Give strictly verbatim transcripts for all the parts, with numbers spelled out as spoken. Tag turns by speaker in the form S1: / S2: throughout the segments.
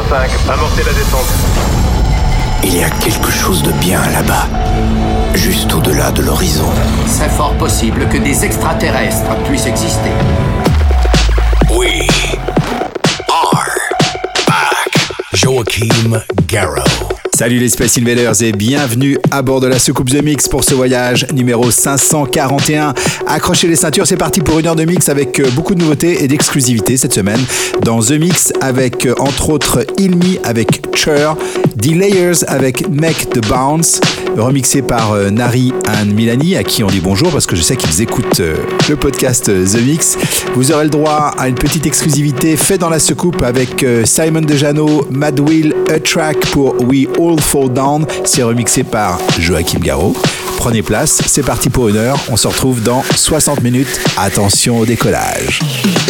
S1: cinq, amorcez la descente.
S2: Il y a quelque chose de bien là-bas, juste au-delà de l'horizon.
S3: C'est fort possible que des extraterrestres puissent exister.
S2: We are back. Joachim Garraud.
S4: Salut les Space Invaders et bienvenue à bord de la soucoupe The Mix pour ce voyage numéro cinq cent quarante et un. Accrochez les ceintures, c'est parti pour une heure de mix avec beaucoup de nouveautés et d'exclusivités cette semaine. Dans The Mix avec entre autres Ilmi avec Cher, D-Layers avec Make the Bounce, remixé par Nari and Milani à qui on dit bonjour parce que je sais qu'ils écoutent le podcast The Mix. Vous aurez le droit à une petite exclusivité faite dans la soucoupe avec Simon DeJano, Mad Will, A Track pour We All Fall Down, c'est remixé par Joachim Garraud. Prenez place, c'est parti pour une heure, on se retrouve dans soixante minutes. Attention au décollage.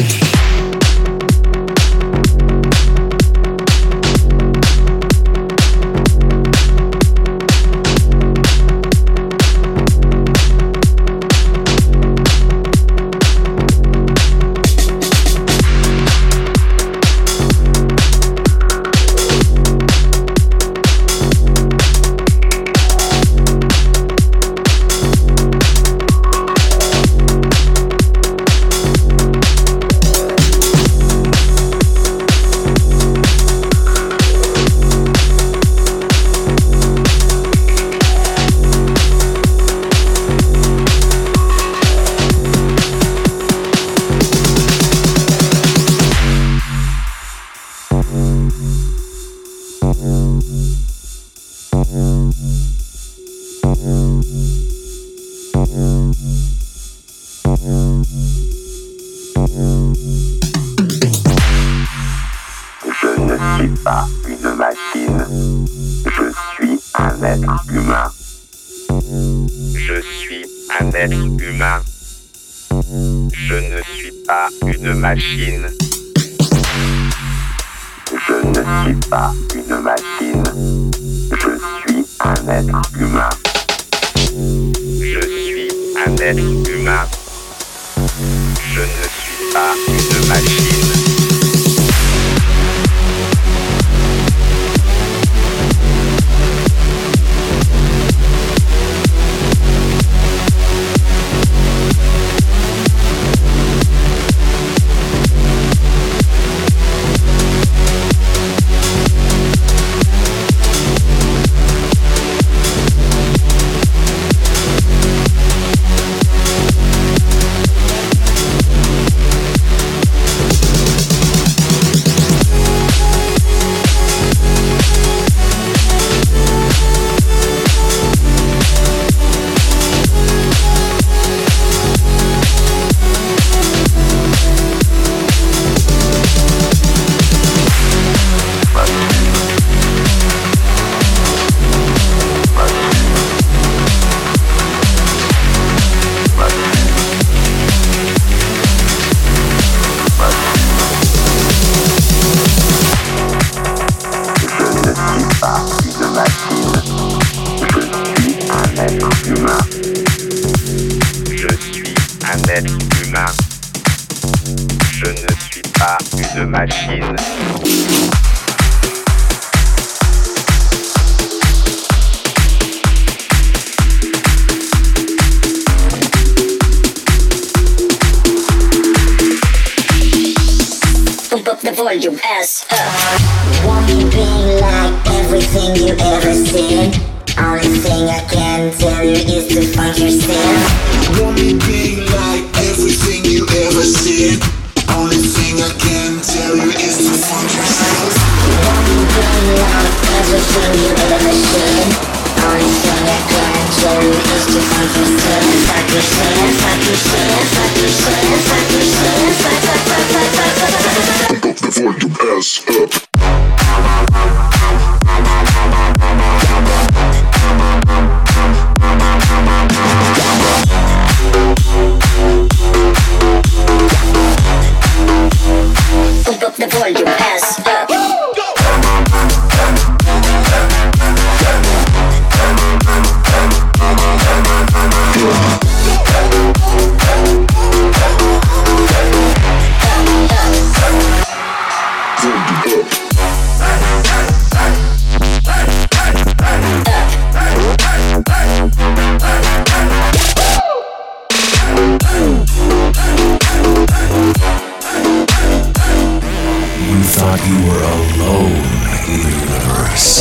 S5: Machine. Je ne suis pas une machine. Je suis un être humain. Je suis un être humain. Je ne suis pas une machine.
S6: Volume S up. Want me being like everything you ever seen? Only thing I can tell you is to find yourself.
S7: Want me being like everything you ever seen? Only thing I can tell you is to find yourself.
S6: Want me being like everything you ever seen? Only thing I can tell you is to find yourself. Fuck yourself, fuck yourself, fuck yourself, fuck yourself, fuck, fuck, fuck, fuck, fuck, fuck, fuck.
S7: Pump up the volume ass up.
S6: Pump up the volume ass up.
S7: Volume up.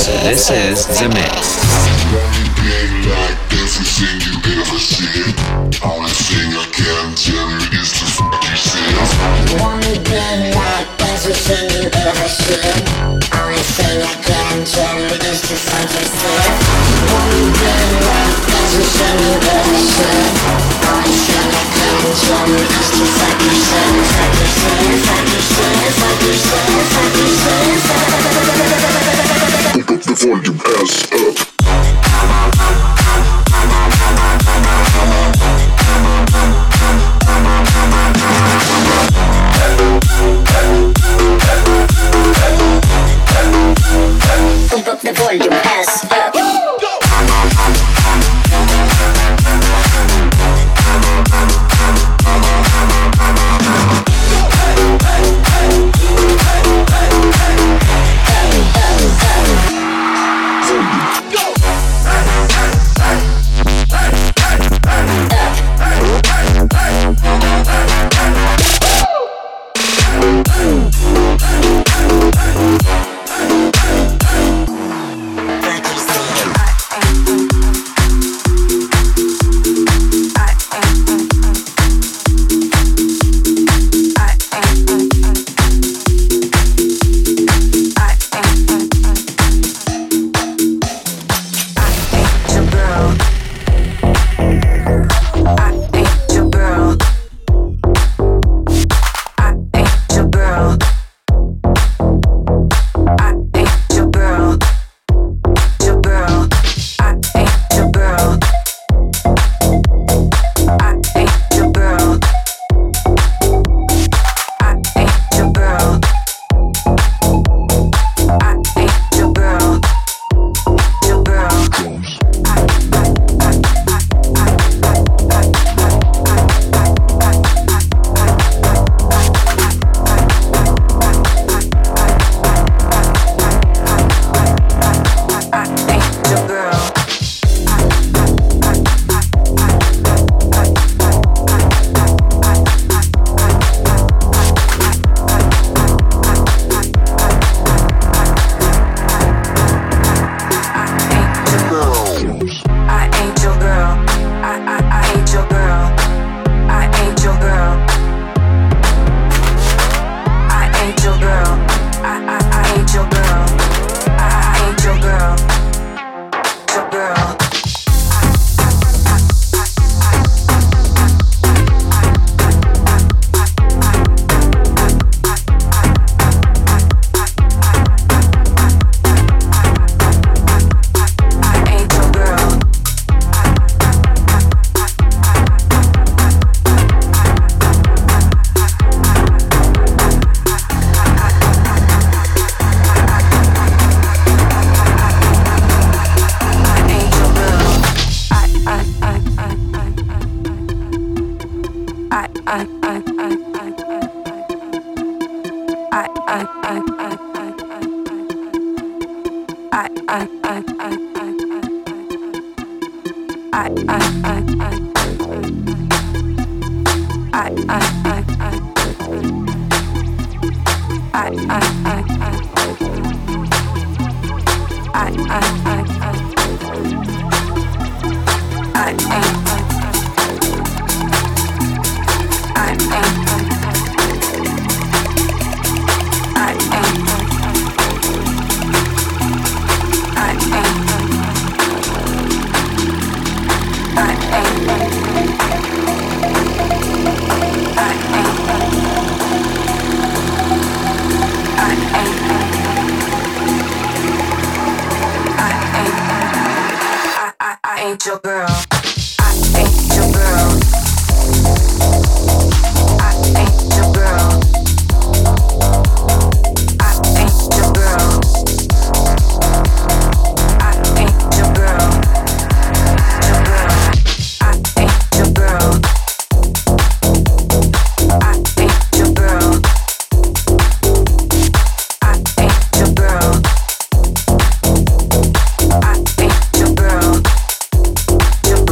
S1: This is The Mix.
S7: Everything you ever seen. Only thing I can tell you is to fuck yourself.
S6: Wanna be like everything you ever seen. Only thing I can tell you is to fuck yourself. Wanna be like everything you ever seen. Only thing I can tell you is to fuck yourself. Fuck yourself, fuck yourself, fuck yourself, fuck yourself.
S7: Pump up the volume, ass up.
S6: Pump up the volume, ass up. Your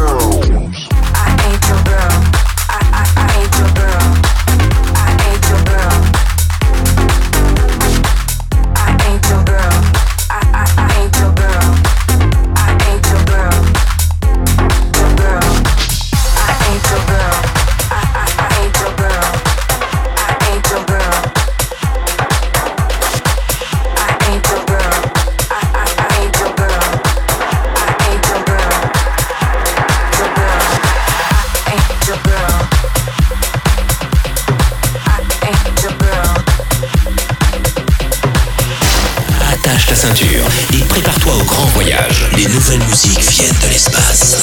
S8: nouvelles musiques viennent de l'espace.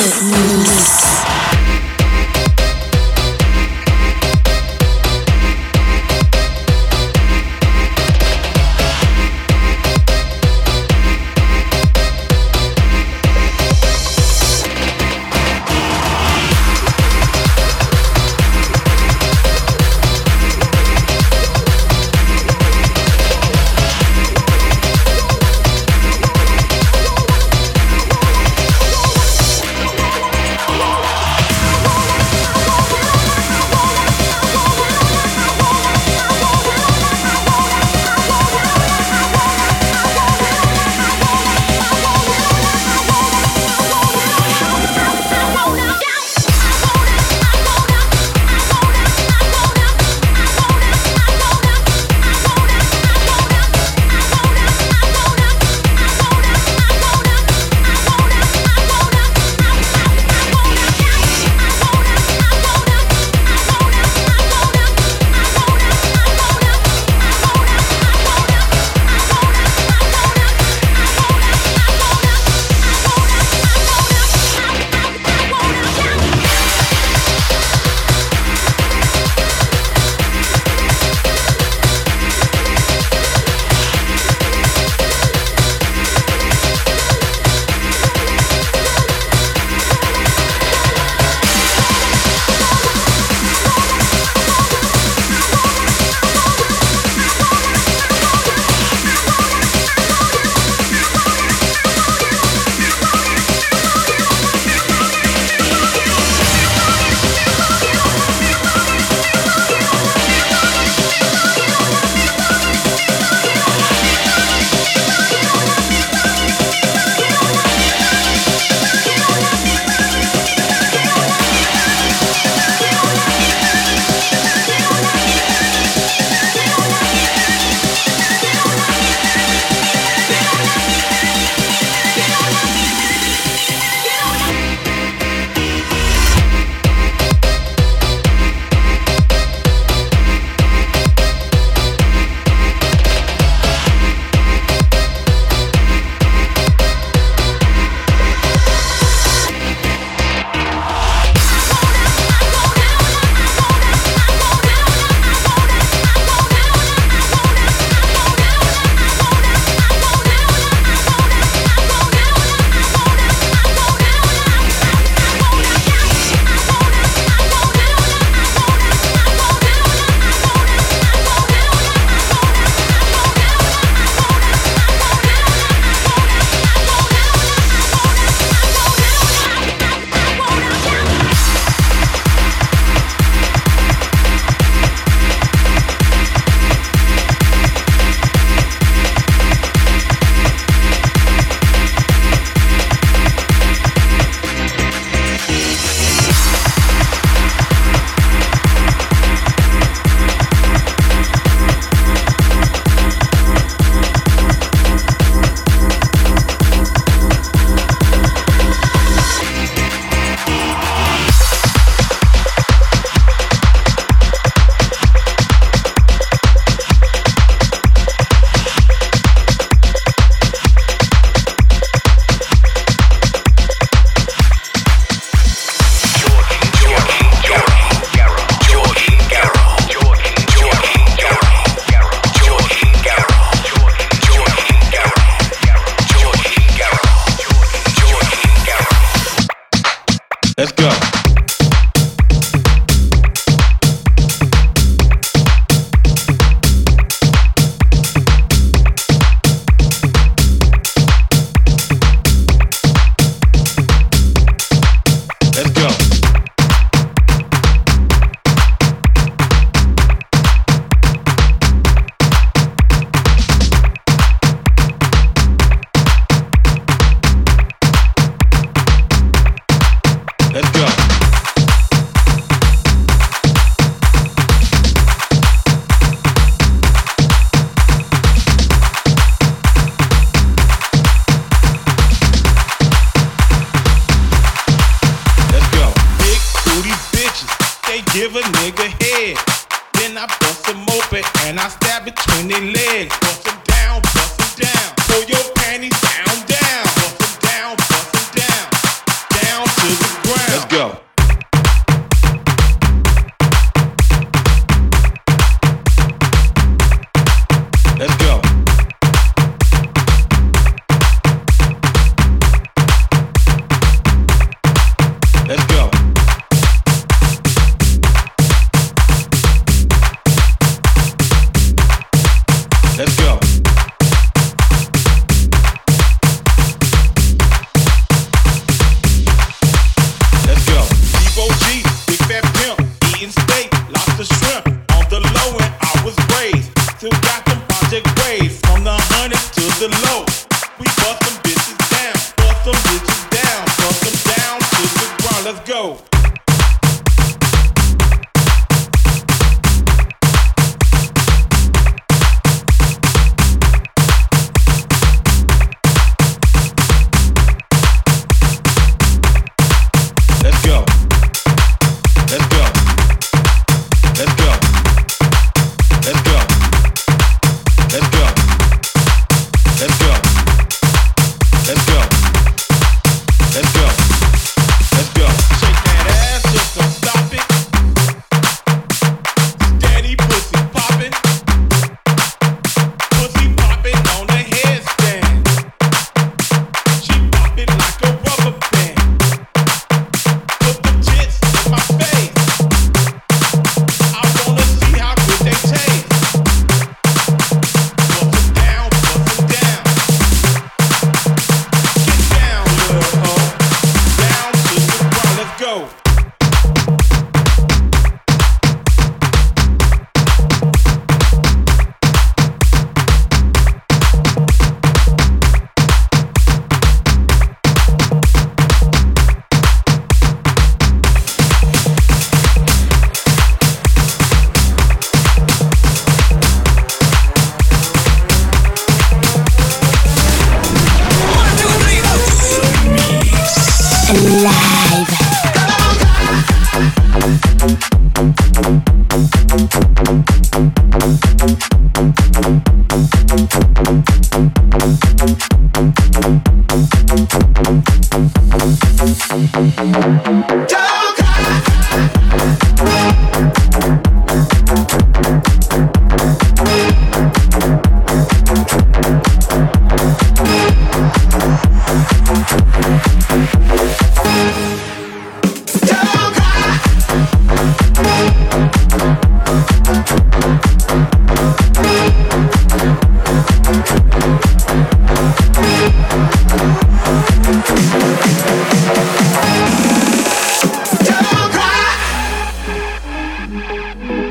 S9: give a nigga head. Then I bust them open and I stab between their legs. Bust them down, bust them down. Pull your panties down, down. Bust them down,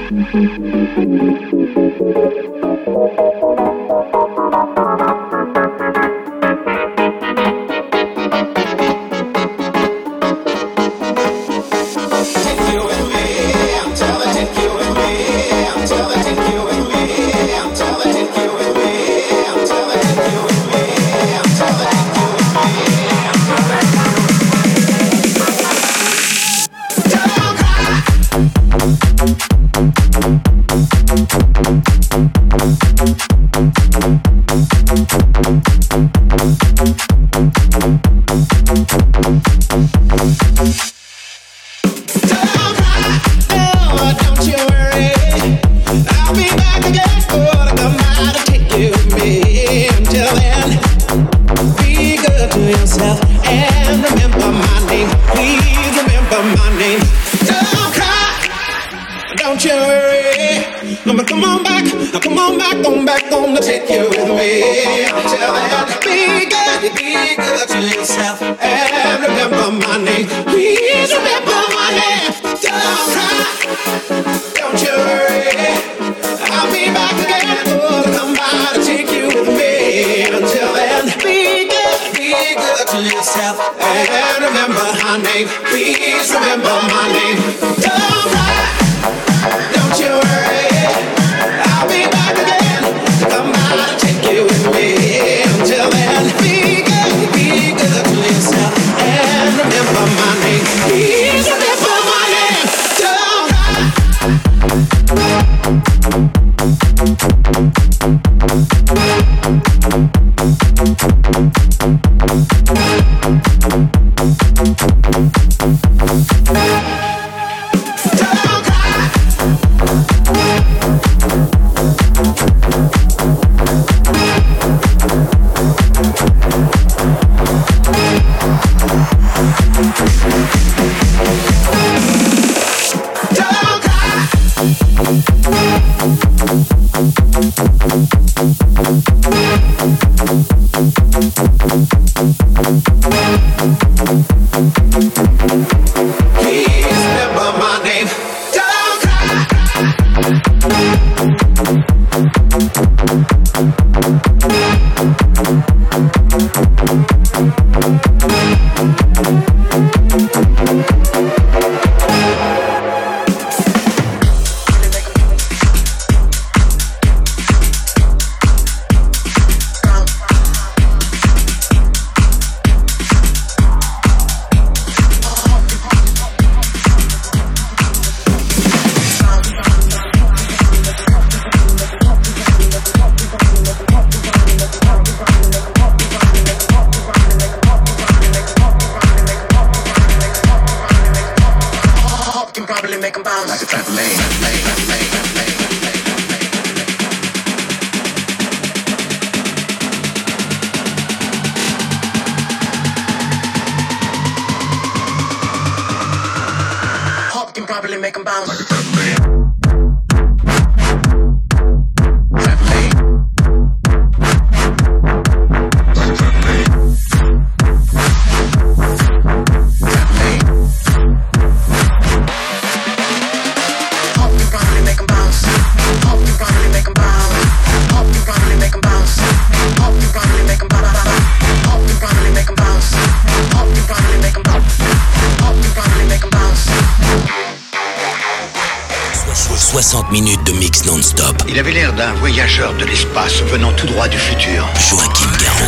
S8: soixante minutes de mix non-stop.
S2: Il avait l'air d'un voyageur de l'espace venant tout droit du futur.
S8: Joachim Garraud.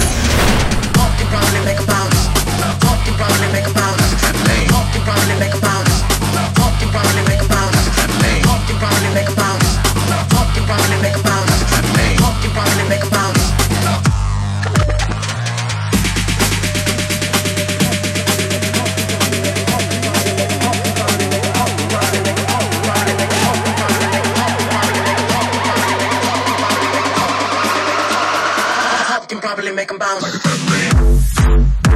S10: Properly make them bounce.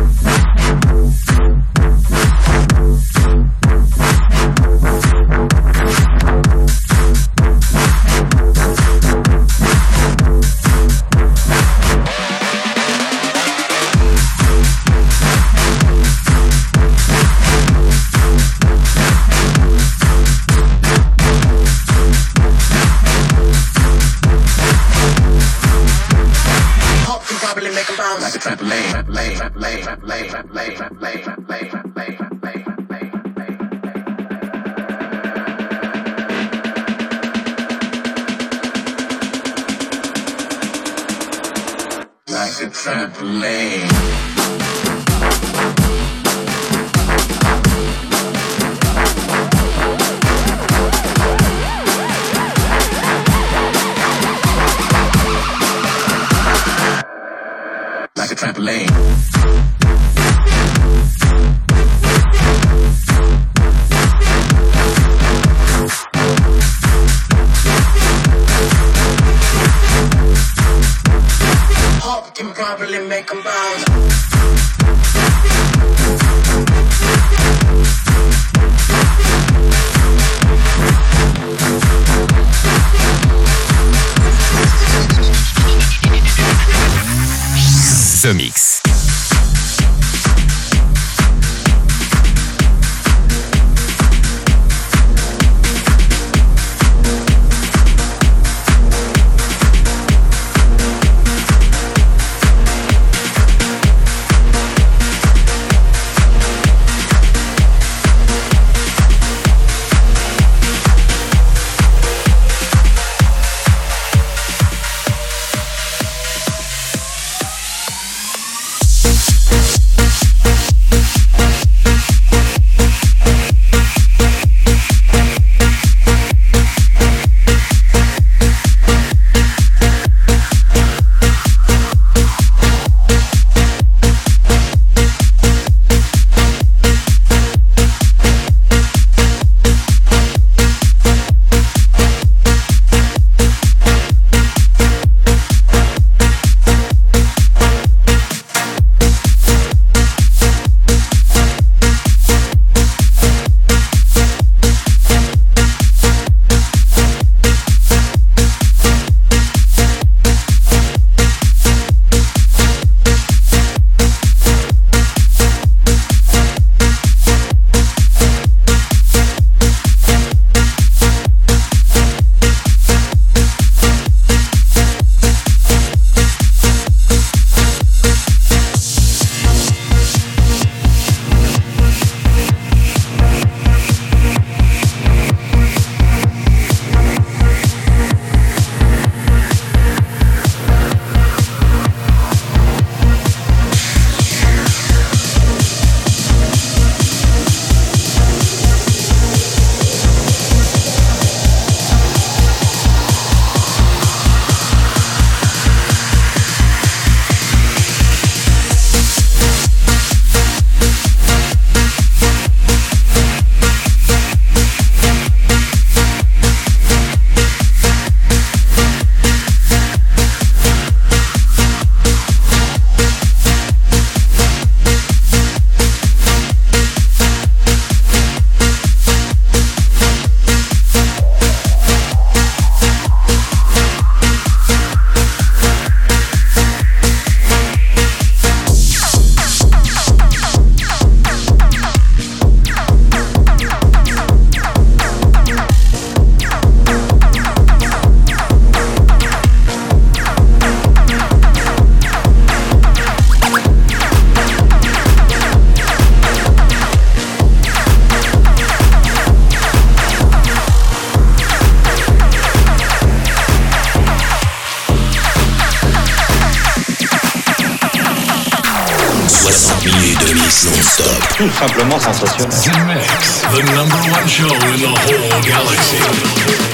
S7: Like a trampoline. Like a trampoline. Hop, can probably make them bounce.
S1: The Mix.
S8: non-stop.
S10: Tout simplement sensationnel.
S8: The Mix, the number one show in the whole galaxy.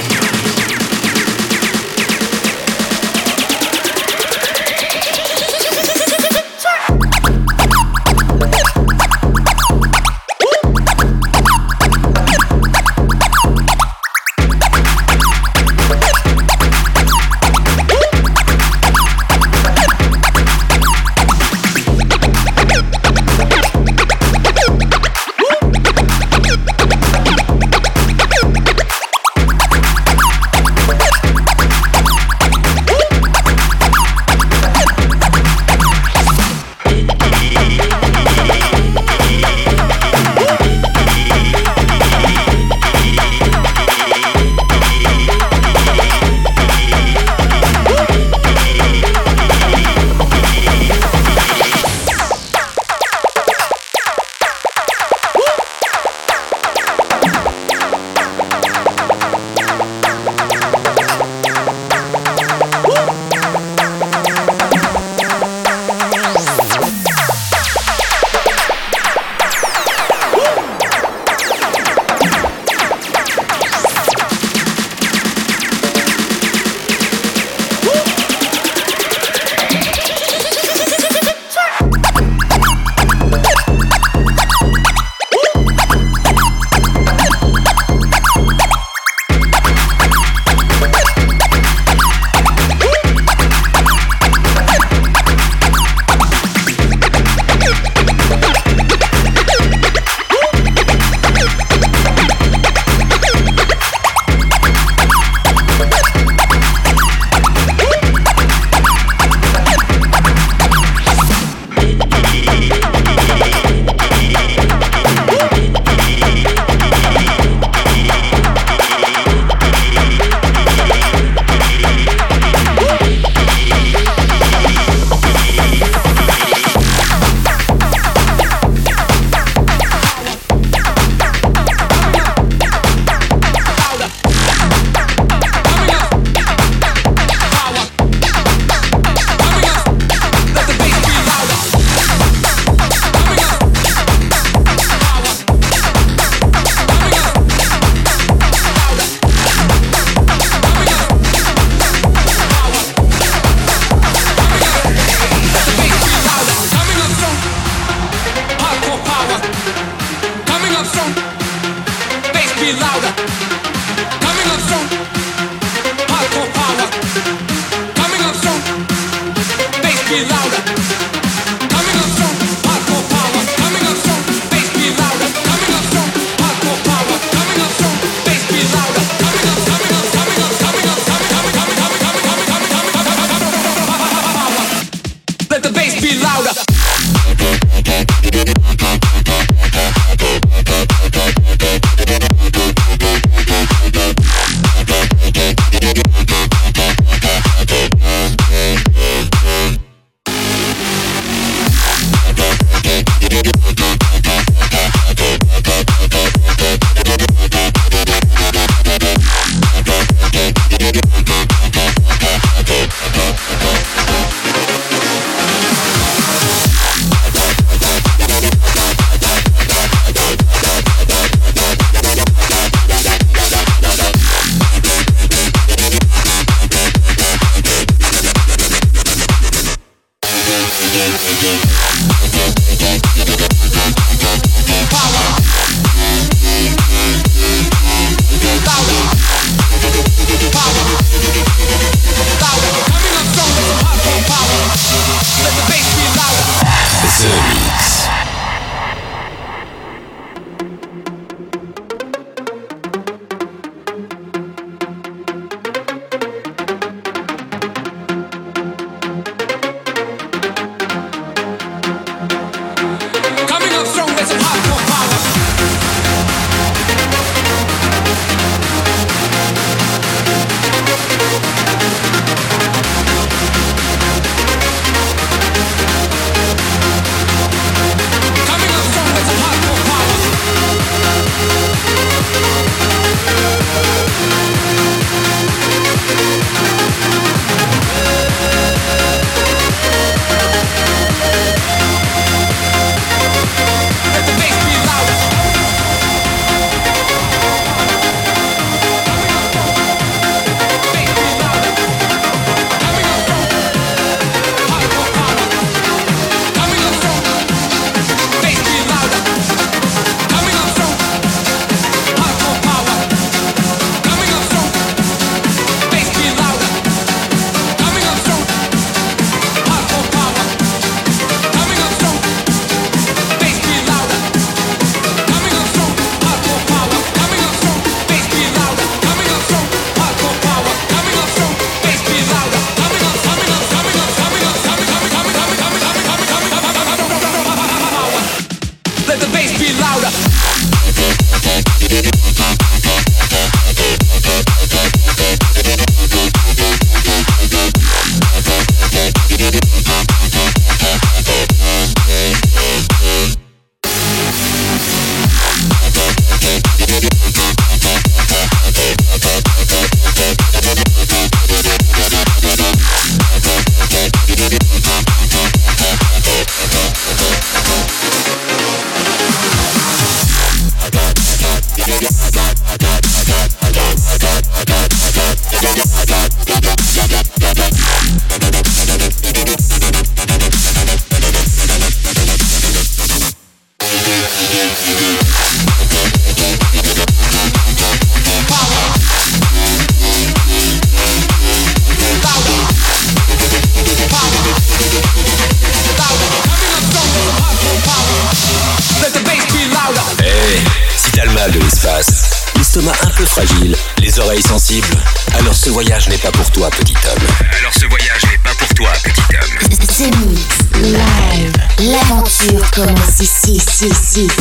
S10: Fragile, les oreilles sensibles. Alors ce voyage n'est pas pour toi, petit homme.
S1: Alors ce voyage n'est pas pour toi, petit homme.
S6: The Mix Live. L'aventure commence ici, ici, ici, ici.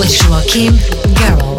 S11: with Joachim Garraud.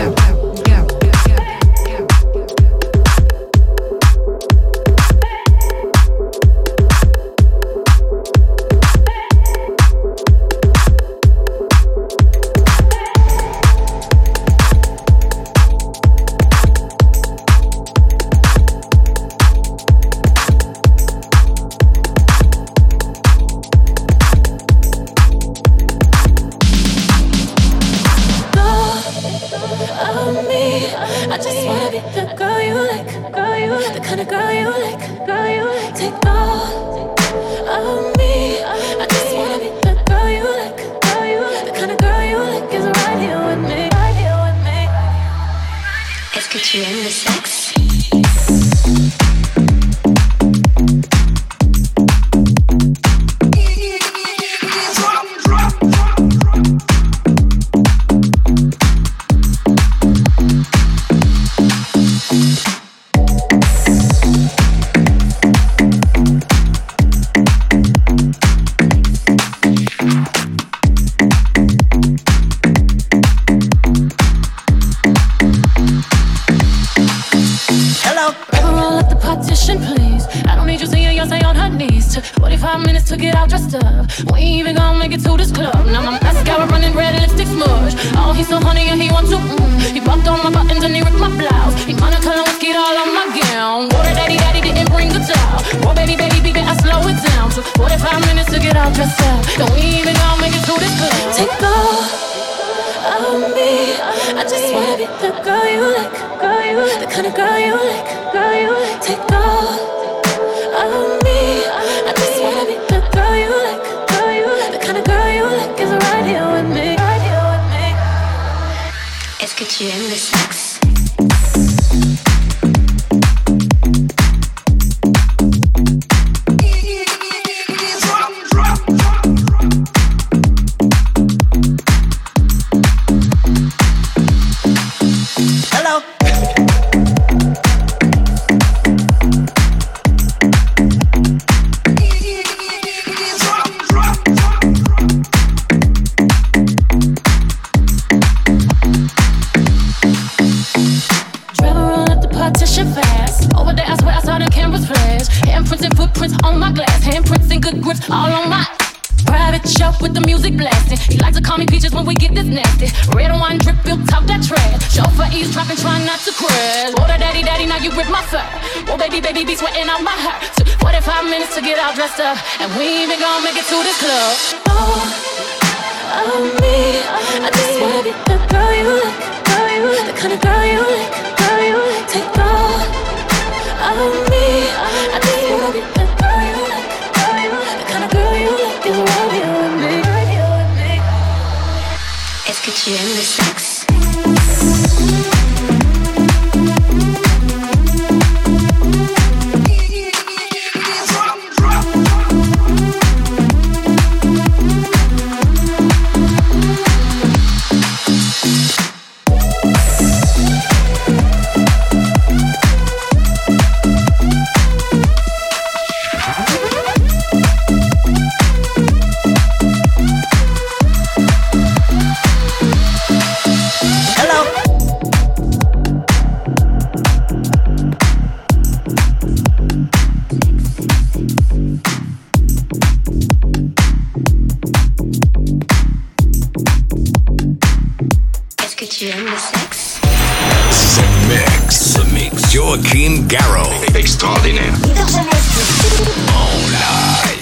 S1: Joachim Garraud. Extraordinaire. En live.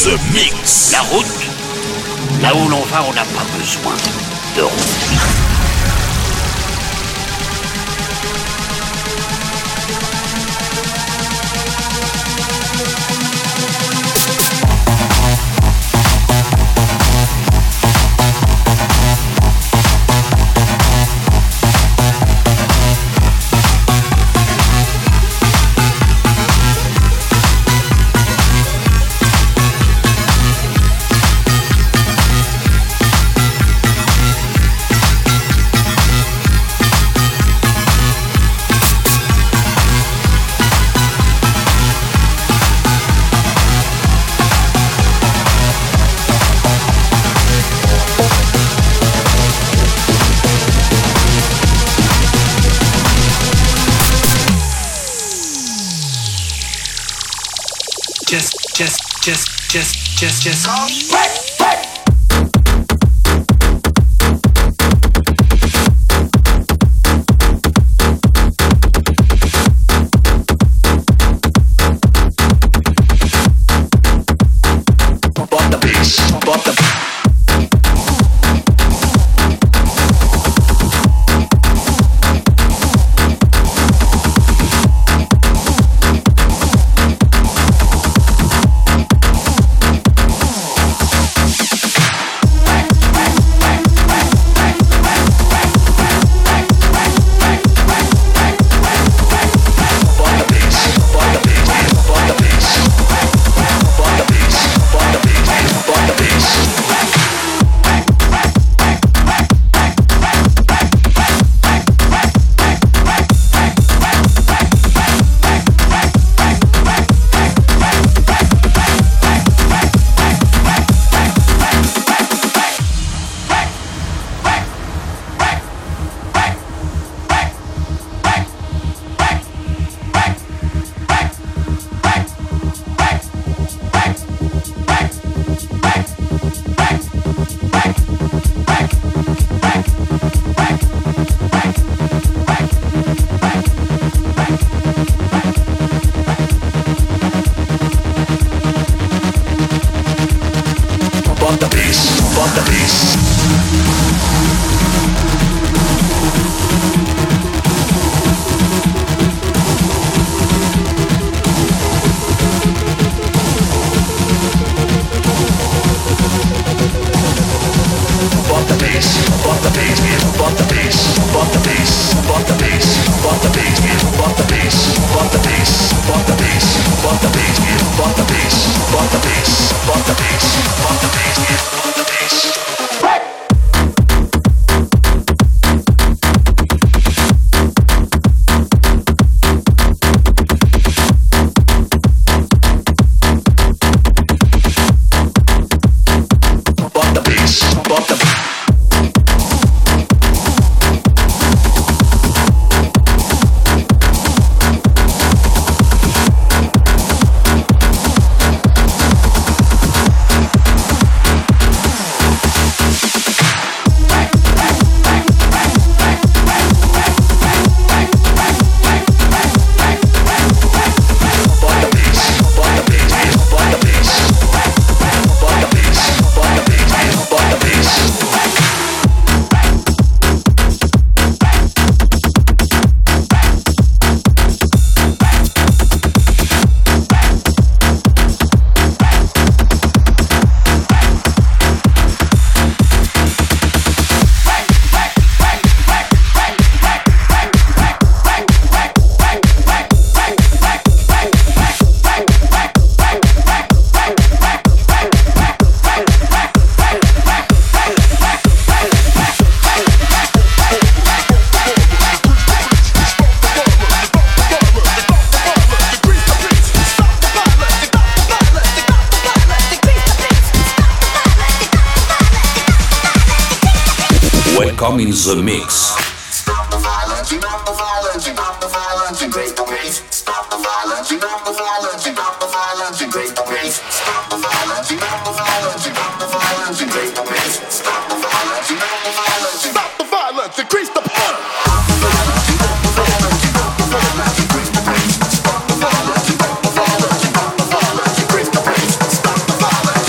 S1: The Mix.
S12: La route, là où l'on va, on n'a pas besoin de route.
S13: Just, just, just, just, just, just. Wait, wait.
S1: Welcome in the mix.
S7: Stop the violence, stop the violence, stop the violence, and break the race. Stop the violence, stop the violence, stop the violence, and break the race. Stop the violence, stop the violence, stop the violence, and break the race. Stop the violence, stop the violence, stop the violence, increase the power. Stop the violence, stop the violence, stop the violence, and break the race. Stop the violence, stop the violence, stop the violence, increase the pace. Stop the violence.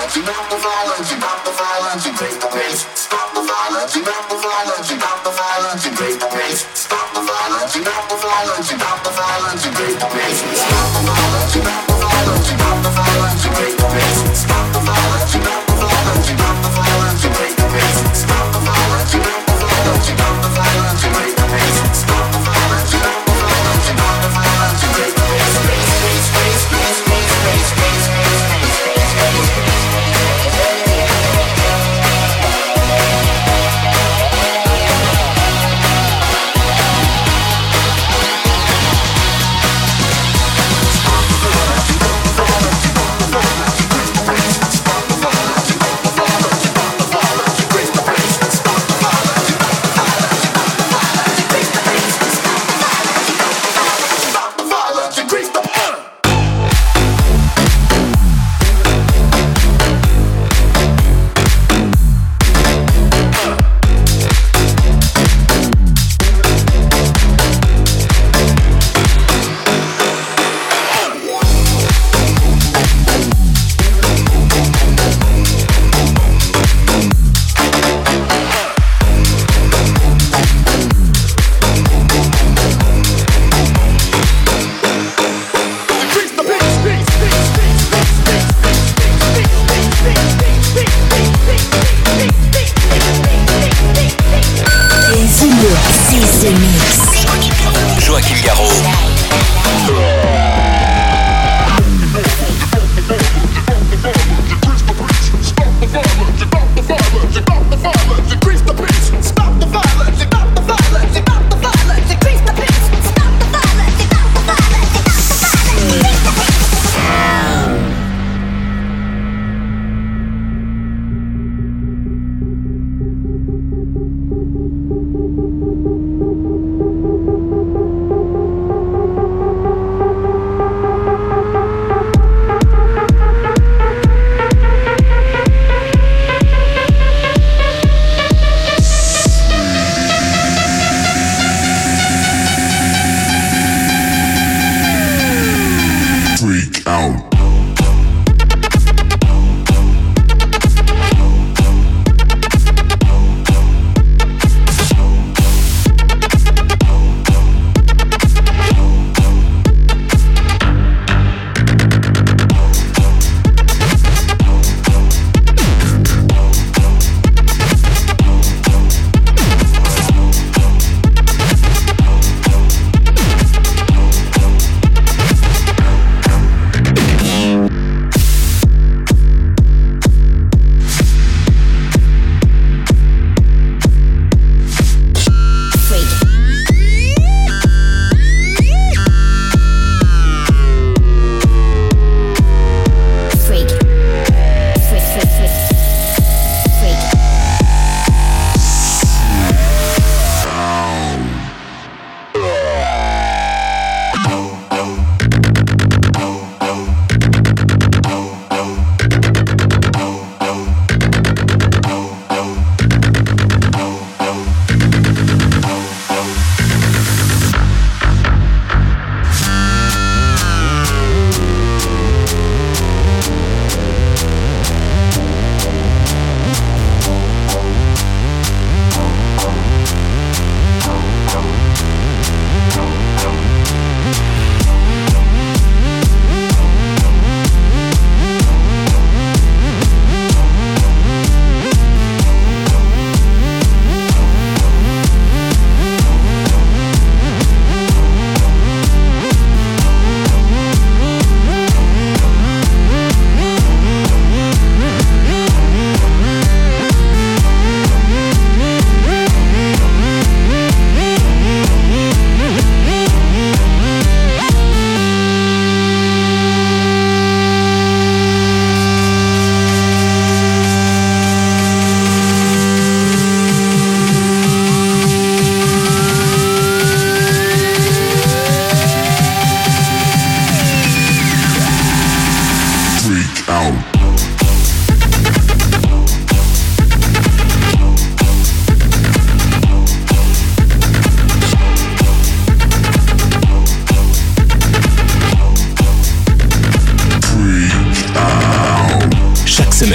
S6: Stop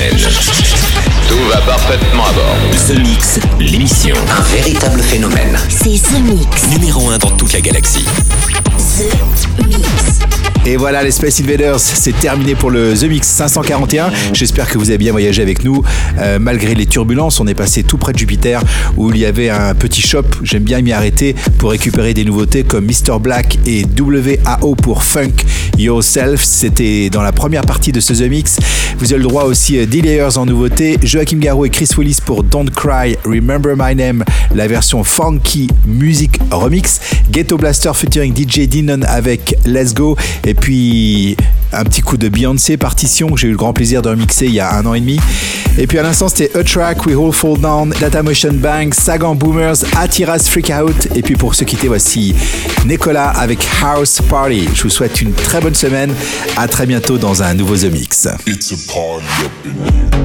S10: semaine.
S14: Tout va parfaitement à bord.
S10: The Mix, l'émission.
S3: Un véritable phénomène.
S11: C'est The Mix.
S10: Numéro un dans toute la galaxie.
S11: The Mix.
S4: Et voilà, les Space Invaders, c'est terminé pour le The Mix cinq cent quarante et un. J'espère que vous avez bien voyagé avec nous. Euh, malgré les turbulences, on est passé tout près de Jupiter où il y avait un petit shop, j'aime bien m'y arrêter, pour récupérer des nouveautés comme mister Black et W A O pour Funk Yourself. C'était dans la première partie de ce The Mix. Vous avez le droit aussi à D-Layers en nouveauté, Joachim Garraud et Chris Willis pour Don't Cry, Remember My Name, la version Funky Music Remix, Ghetto Blaster featuring D J Denon avec Let's Go, et puis un petit coup de Beyoncé Partition que j'ai eu le grand plaisir de remixer il y a un an et demi. Et puis à l'instant c'était A Track, We All Fall Down, Data Motion Bang, Sagan Boomers, Atiras Freak Out. Et puis pour se quitter, voici Nicolas avec House Party. Je vous souhaite une très bonne semaine. À très bientôt dans un nouveau The Mix.
S15: It's a party up in here.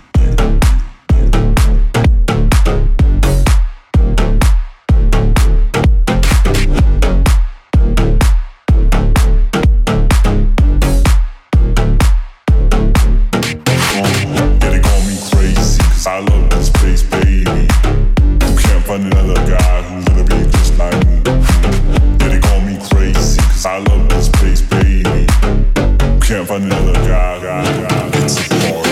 S15: Another guy, guy, guy. It's a party.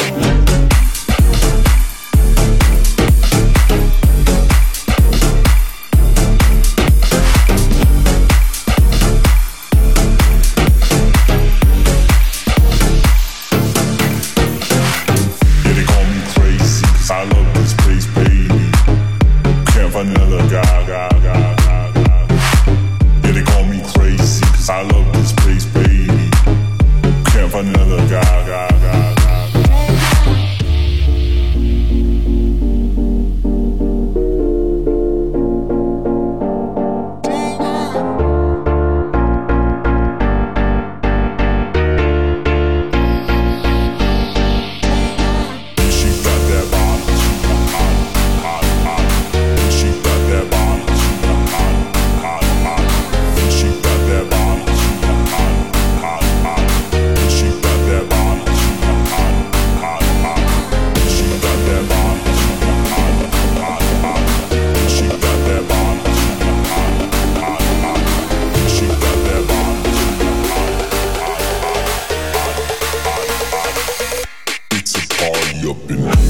S15: Yeah, they call me crazy 'cause I love this place, baby. Can't find another guy, guy, guy, guy, guy. Yeah, they call me crazy 'cause I love this place, baby. Can't find another guy, guy, guy, guy. She got that body, she hot, hot, hot. She got that body, she hot, hot, hot. She got that body, she hot, hot, hot. She got that body, she hot, hot, hot. She got that body, she hot, hot, hot. She got that body, she hot, hot, hot. She got that body, she hot, hot, hot, hot, hot. It's a party up in here.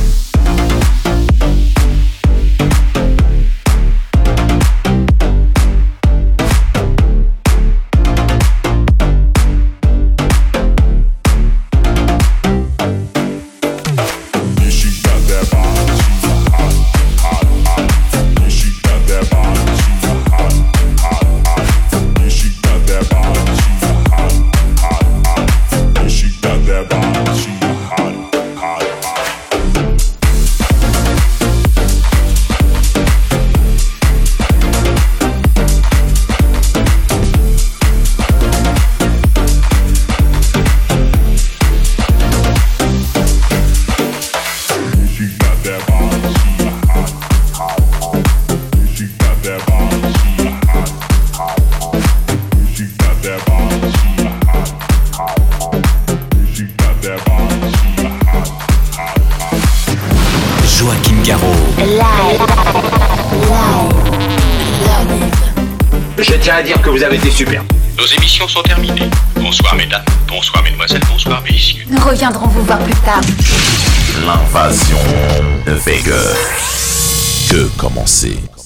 S10: Joachim Garraud.
S3: Je tiens à dire que vous avez été super.
S16: Nos émissions sont terminées. Bonsoir mesdames, bonsoir mesdemoiselles, bonsoir messieurs.
S11: Nous reviendrons vous voir plus tard.
S1: L'invasion de Vega. Que commencer?